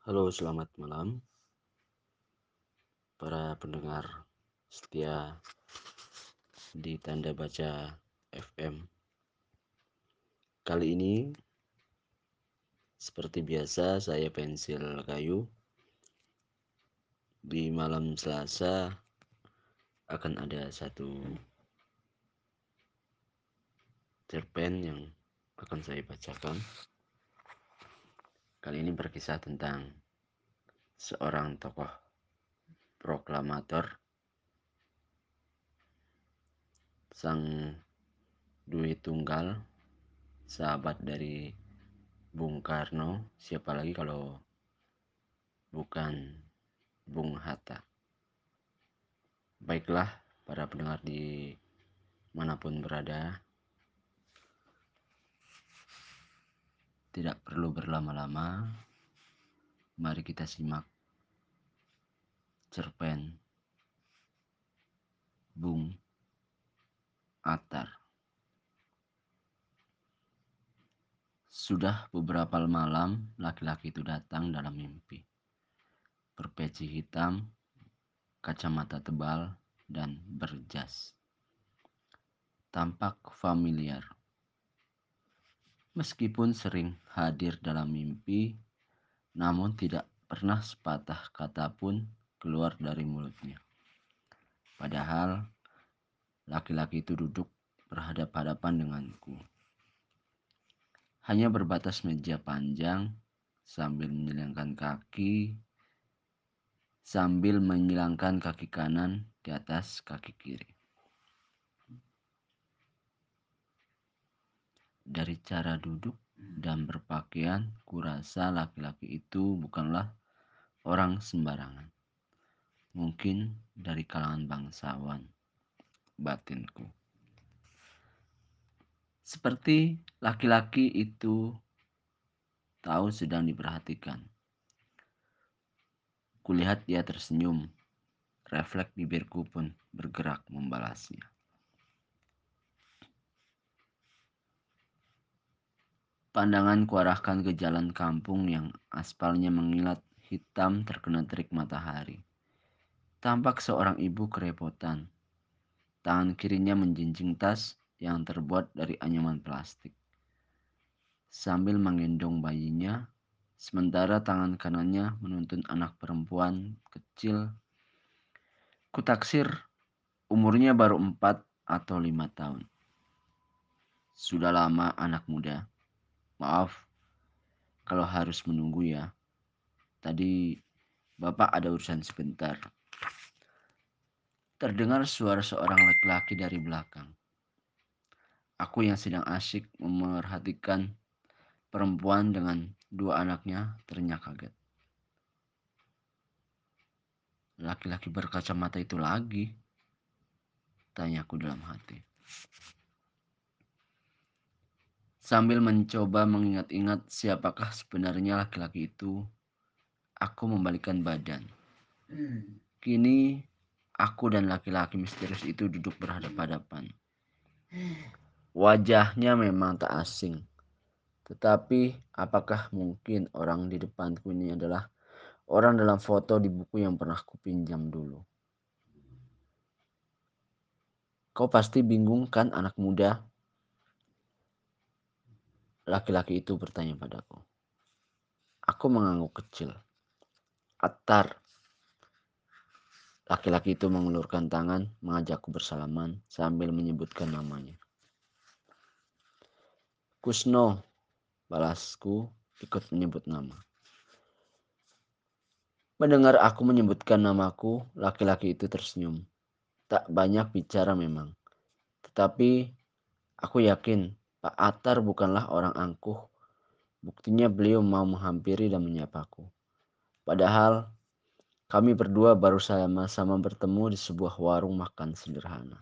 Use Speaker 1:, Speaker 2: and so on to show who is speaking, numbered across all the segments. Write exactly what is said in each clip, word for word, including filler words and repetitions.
Speaker 1: Halo, selamat malam para pendengar setia di Tanda Baca F M. Kali ini seperti biasa saya pensil kayu. Di malam Selasa akan ada satu cerpen yang akan saya bacakan. Kali ini berkisah tentang seorang tokoh proklamator, sang Dwi Tunggal, sahabat dari Bung Karno. Siapa lagi kalau bukan Bung Hatta. Baiklah para pendengar di manapun berada, tidak perlu berlama-lama, mari kita simak cerpen Bung Atar. Sudah beberapa malam laki-laki itu datang dalam mimpi. Berpeci hitam, kacamata tebal, dan berjas. Tampak familiar. Meskipun sering hadir dalam mimpi, namun tidak pernah sepatah kata pun keluar dari mulutnya. Padahal laki-laki itu duduk berhadap-hadapan denganku. Hanya berbatas meja panjang sambil menyilangkan kaki, sambil menyilangkan kaki kanan di atas kaki kiri. Dari cara duduk dan berpakaian, kurasa laki-laki itu bukanlah orang sembarangan. Mungkin dari kalangan bangsawan, batinku. Seperti laki-laki itu tahu sedang diperhatikan. Kulihat dia tersenyum. Refleks bibirku pun bergerak membalasnya. Pandangan kuarahkan ke jalan kampung yang aspalnya mengilat hitam terkena terik matahari. Tampak seorang ibu kerepotan. Tangan kirinya menjinjing tas yang terbuat dari anyaman plastik. Sambil menggendong bayinya, sementara tangan kanannya menuntun anak perempuan kecil. Kutaksir umurnya baru empat atau lima tahun. Sudah lama anak muda. Maaf kalau harus menunggu ya. Tadi Bapak ada urusan sebentar. Terdengar suara seorang laki-laki dari belakang. Aku yang sedang asyik memerhatikan perempuan dengan dua anaknya ternyata kaget. Laki-laki berkacamata itu lagi? Tanyaku dalam hati. Sambil mencoba mengingat-ingat siapakah sebenarnya laki-laki itu, aku membalikkan badan. Kini aku dan laki-laki misterius itu duduk berhadapan-hadapan. Wajahnya memang tak asing. Tetapi apakah mungkin orang di depanku ini adalah orang dalam foto di buku yang pernah kupinjam dulu? Kau pasti bingung kan anak muda? Laki-laki itu bertanya padaku. Aku mengangguk kecil. Atar. Laki-laki itu mengulurkan tangan, mengajakku bersalaman sambil menyebutkan namanya. Kusno, balasku ikut menyebut nama. Mendengar aku menyebutkan namaku, laki-laki itu tersenyum. Tak banyak bicara memang. Tetapi aku yakin Pak Atar bukanlah orang angkuh. Buktinya beliau mau menghampiri dan menyapaku. Padahal kami berdua baru sama-sama bertemu di sebuah warung makan sederhana.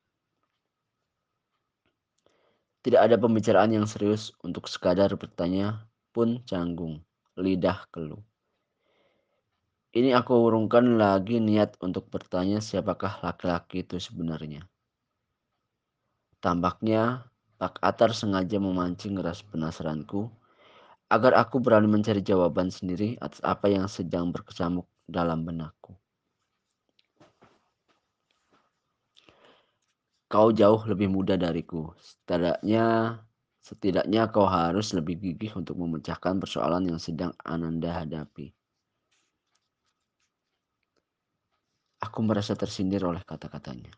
Speaker 1: Tidak ada pembicaraan yang serius, untuk sekadar bertanya pun canggung, lidah keluh. Ini aku urungkan lagi niat untuk bertanya siapakah laki-laki itu sebenarnya. Tampaknya Pak Atar sengaja memancing rasa penasaranku agar aku berani mencari jawaban sendiri atas apa yang sedang berkecamuk dalam benakku. Kau jauh lebih muda dariku. Setidaknya, setidaknya kau harus lebih gigih untuk memecahkan persoalan yang sedang Ananda hadapi. Aku merasa tersindir oleh kata-katanya.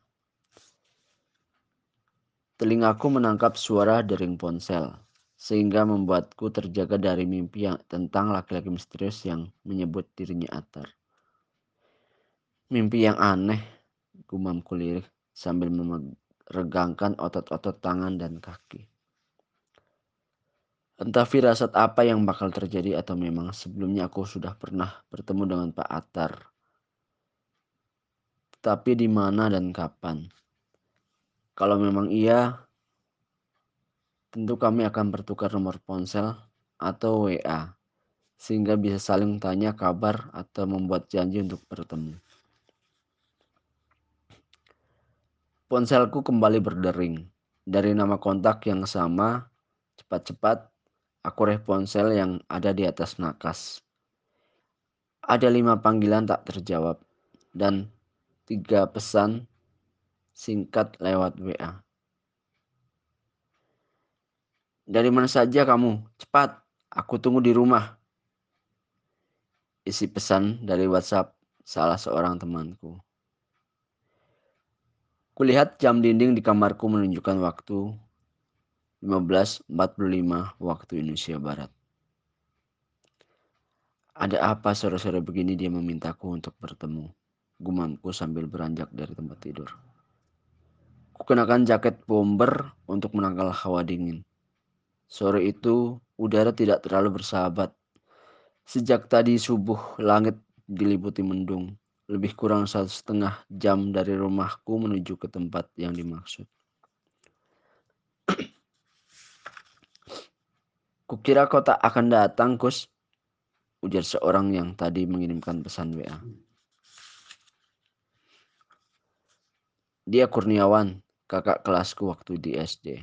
Speaker 1: Telingaku menangkap suara dering ponsel, sehingga membuatku terjaga dari mimpi yang tentang laki-laki misterius yang menyebut dirinya Atar. Mimpi yang aneh, gumamku lirih sambil meregangkan otot-otot tangan dan kaki. Entah firasat apa yang bakal terjadi atau memang sebelumnya aku sudah pernah bertemu dengan Pak Atar. Tapi di mana dan kapan? Kalau memang iya, tentu kami akan bertukar nomor ponsel atau W A. Sehingga bisa saling tanya kabar atau membuat janji untuk bertemu. Ponselku kembali berdering. Dari nama kontak yang sama, cepat-cepat aku reh ponsel yang ada di atas nakas. Ada lima panggilan tak terjawab dan tiga pesan singkat lewat W A. Dari mana saja kamu? Cepat, aku tunggu di rumah. Isi pesan dari WhatsApp salah seorang temanku. Kulihat jam dinding di kamarku menunjukkan waktu lima belas empat puluh lima waktu Indonesia Barat. Ada apa sore-sore begini dia memintaku untuk bertemu? Gumamku sambil beranjak dari tempat tidur. Kukenakan jaket bomber untuk menangkal hawa dingin. Sore itu udara tidak terlalu bersahabat. Sejak tadi subuh langit diliputi mendung. Lebih kurang satu setengah jam dari rumahku menuju ke tempat yang dimaksud. Kukira kau tak akan datang, Kus, ujar seorang yang tadi mengirimkan pesan W A. Dia Kurniawan, kakak kelasku waktu di S D.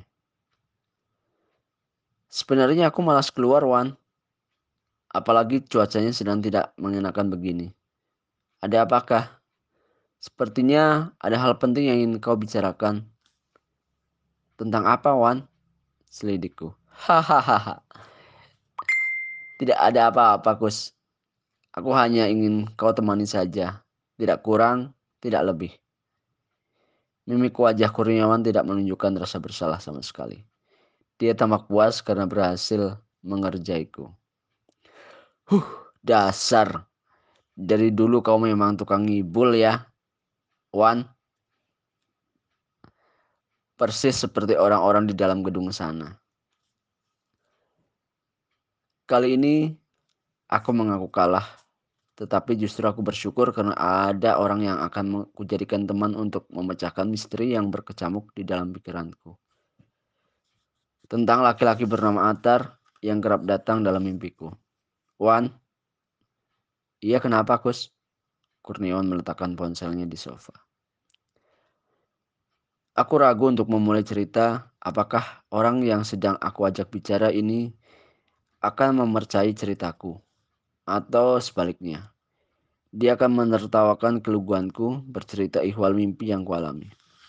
Speaker 1: Sebenarnya aku malas keluar, Wan. Apalagi cuacanya sedang tidak mengenakan begini. Ada apakah? Sepertinya ada hal penting yang ingin kau bicarakan. Tentang apa, Wan? Selidikku. Hahaha. Tidak ada apa-apa, Kus. Aku hanya ingin kau temani saja. Tidak kurang, tidak lebih. Mimik wajah Kurniawan tidak menunjukkan rasa bersalah sama sekali. Dia tampak puas karena berhasil mengerjaiku. Huh, dasar. Dari dulu kau memang tukang ngibul ya, Wan. Persis seperti orang-orang di dalam gedung sana. Kali ini aku mengaku kalah. Tetapi justru aku bersyukur karena ada orang yang akan kujadikan teman untuk memecahkan misteri yang berkecamuk di dalam pikiranku. Tentang laki-laki bernama Atar yang kerap datang dalam mimpiku. Wan, iya kenapa, Kus? Kurniawan meletakkan ponselnya di sofa. Aku ragu untuk memulai cerita apakah orang yang sedang aku ajak bicara ini akan mempercayai ceritaku. Atau sebaliknya. Dia akan menertawakan keluguanku bercerita ihwal mimpi yang kualami.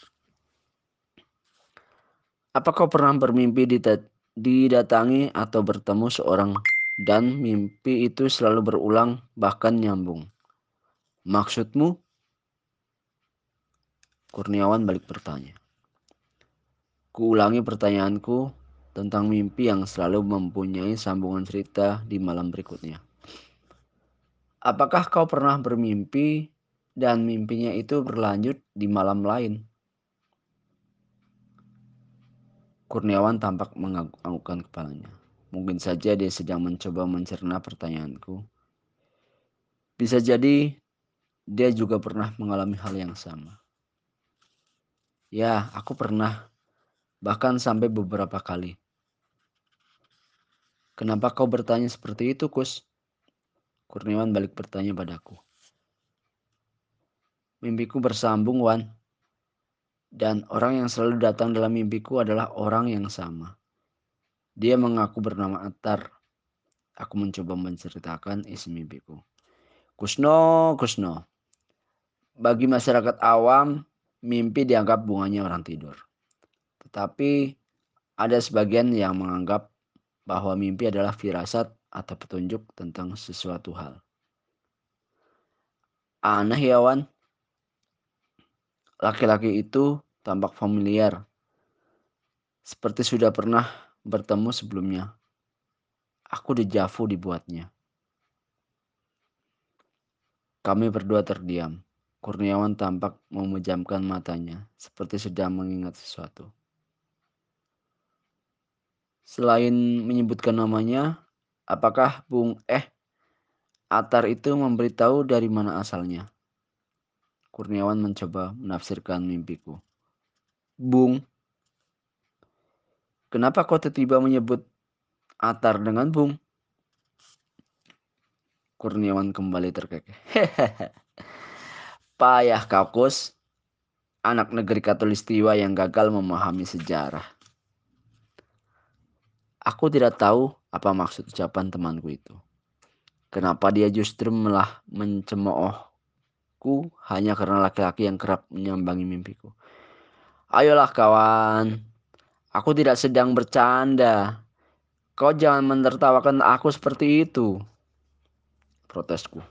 Speaker 1: Apa kau pernah bermimpi didatangi atau bertemu seorang dan mimpi itu selalu berulang bahkan nyambung? Maksudmu? Kurniawan balik bertanya. Kuulangi pertanyaanku tentang mimpi yang selalu mempunyai sambungan cerita di malam berikutnya. Apakah kau pernah bermimpi dan mimpinya itu berlanjut di malam lain? Kurniawan tampak menganggukkan kepalanya. Mungkin saja dia sedang mencoba mencerna pertanyaanku. Bisa jadi dia juga pernah mengalami hal yang sama. Ya, aku pernah. Bahkan sampai beberapa kali. Kenapa kau bertanya seperti itu, Kus? Kurniawan balik bertanya padaku. Mimpiku bersambung, Wan. Dan orang yang selalu datang dalam mimpiku adalah orang yang sama. Dia mengaku bernama Atar. Aku mencoba menceritakan isi mimpiku. Kusno, Kusno. Bagi masyarakat awam, mimpi dianggap bunganya orang tidur. Tetapi ada sebagian yang menganggap bahwa mimpi adalah firasat atau petunjuk tentang sesuatu hal. Aneh ya, Wan. Laki-laki itu tampak familiar, seperti sudah pernah bertemu sebelumnya. Aku dejavu dibuatnya. Kami berdua terdiam. Kurniawan tampak memejamkan matanya, seperti sedang mengingat sesuatu. Selain menyebutkan namanya, apakah Bung Eh Atar itu memberitahu dari mana asalnya? Kurniawan mencoba menafsirkan mimpiku. Bung, kenapa kau tiba-tiba menyebut Atar dengan Bung? Kurniawan kembali terkekeh. Payah kau, Kus. Anak negeri Katulistiwa yang gagal memahami sejarah. Aku tidak tahu apa maksud ucapan temanku itu. Kenapa dia justru malah mencemoohku hanya karena laki-laki yang kerap menyambangi mimpiku. Ayolah kawan, aku tidak sedang bercanda. Kau jangan menertawakan aku seperti itu. Protesku.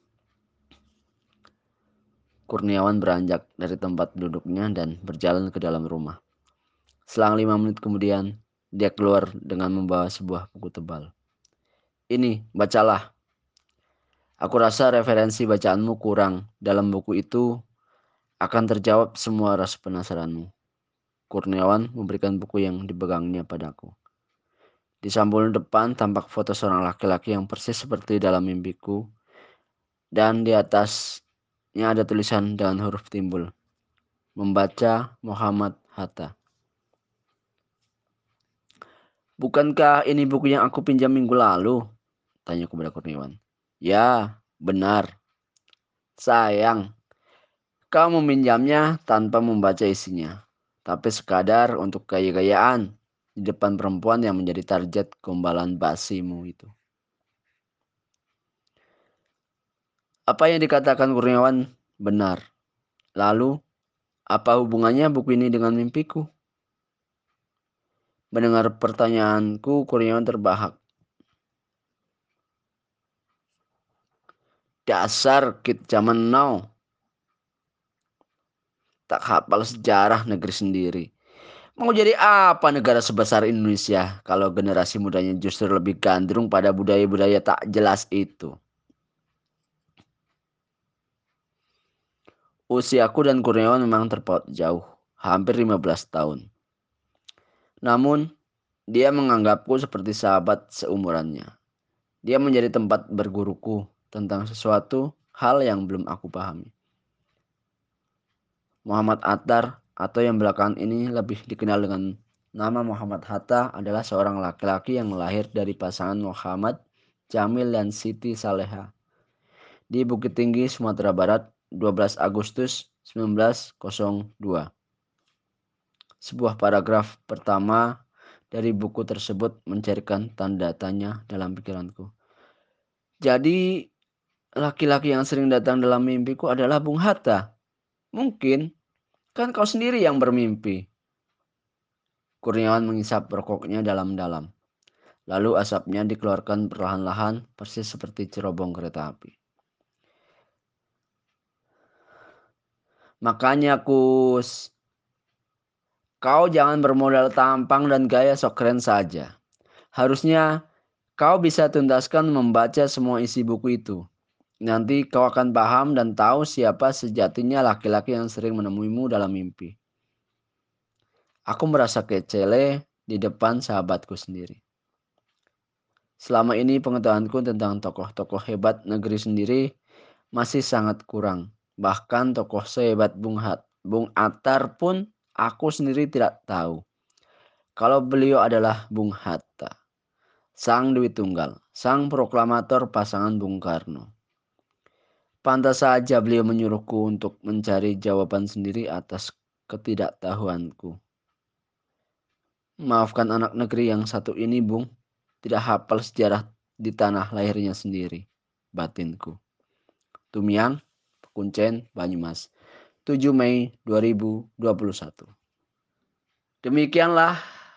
Speaker 1: Kurniawan beranjak dari tempat duduknya dan berjalan ke dalam rumah. Selang lima menit kemudian, dia keluar dengan membawa sebuah buku tebal. Ini, bacalah. Aku rasa referensi bacaanmu kurang. Dalam buku itu akan terjawab semua rasa penasaranmu. Kurniawan memberikan buku yang dipegangnya padaku. Di sampul depan tampak foto seorang laki-laki yang persis seperti dalam mimpiku. Dan di atasnya ada tulisan dengan huruf timbul. Membaca Muhammad Hatta. Bukankah ini buku yang aku pinjam minggu lalu? Tanya kepada Kurniawan. Ya, benar. Sayang, kau meminjamnya tanpa membaca isinya. Tapi sekadar untuk gaya-gayaan di depan perempuan yang menjadi target gombalan basimu itu. Apa yang dikatakan Kurniawan benar. Lalu, apa hubungannya buku ini dengan mimpiku? Mendengar pertanyaanku, Kurniawan terbahak. Dasar kid zaman now. Tak hafal sejarah negeri sendiri. Mau jadi apa negara sebesar Indonesia kalau generasi mudanya justru lebih gandrung pada budaya-budaya tak jelas itu? Usiaku dan Kurniawan memang terpaut jauh, hampir lima belas tahun. Namun, dia menganggapku seperti sahabat seumurannya. Dia menjadi tempat berguruku tentang sesuatu hal yang belum aku pahami. Muhammad Attar atau yang belakangan ini lebih dikenal dengan nama Muhammad Hatta adalah seorang laki-laki yang lahir dari pasangan Muhammad Jamil dan Siti Saleha di Bukit Tinggi, Sumatera Barat, dua belas Agustus seribu sembilan ratus dua. Sebuah paragraf pertama dari buku tersebut mencarikan tanda tanya dalam pikiranku. Jadi, laki-laki yang sering datang dalam mimpiku adalah Bung Hatta. Mungkin, kan kau sendiri yang bermimpi. Kurniawan mengisap rokoknya dalam-dalam. Lalu asapnya dikeluarkan perlahan-lahan, persis seperti cerobong kereta api. Makanya, Kus, kau jangan bermodal tampang dan gaya sok keren saja. Harusnya kau bisa tuntaskan membaca semua isi buku itu. Nanti kau akan paham dan tahu siapa sejatinya laki-laki yang sering menemuimu dalam mimpi. Aku merasa kecele di depan sahabatku sendiri. Selama ini pengetahuanku tentang tokoh-tokoh hebat negeri sendiri masih sangat kurang. Bahkan tokoh sehebat Bung, Hat, Bung Attar pun aku sendiri tidak tahu. Kalau beliau adalah Bung Hatta, sang Dewi Tunggal, sang proklamator pasangan Bung Karno. Pantas saja beliau menyuruhku untuk mencari jawaban sendiri atas ketidaktahuanku. Maafkan anak negeri yang satu ini, Bung. Tidak hafal sejarah di tanah lahirnya sendiri, batinku. Tumiang, Kuncen, Banyumas, tujuh Mei dua ribu dua puluh satu. Demikianlah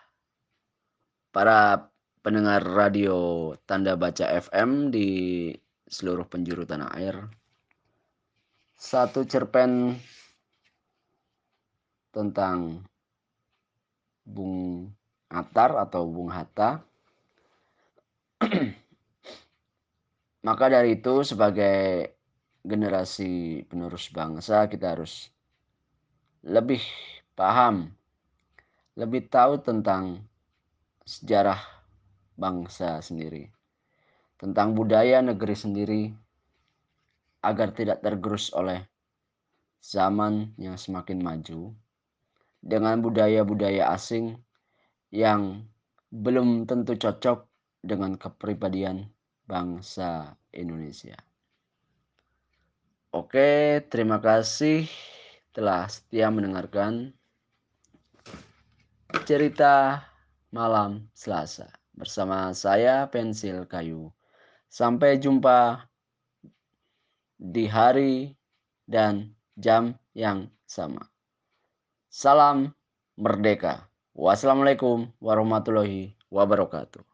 Speaker 1: para pendengar radio Tanda Baca F M di seluruh penjuru tanah air. Satu cerpen tentang Bung Atar atau Bung Hatta. Maka dari itu sebagai generasi penerus bangsa kita harus lebih paham, lebih tahu tentang sejarah bangsa sendiri, tentang budaya negeri sendiri, agar tidak tergerus oleh zaman yang semakin maju dengan budaya-budaya asing yang belum tentu cocok dengan kepribadian bangsa Indonesia. Oke, terima kasih telah setia mendengarkan cerita malam Selasa bersama saya Pensil Kayu. Sampai jumpa di hari dan jam yang sama. Salam merdeka. Wassalamualaikum warahmatullahi wabarakatuh.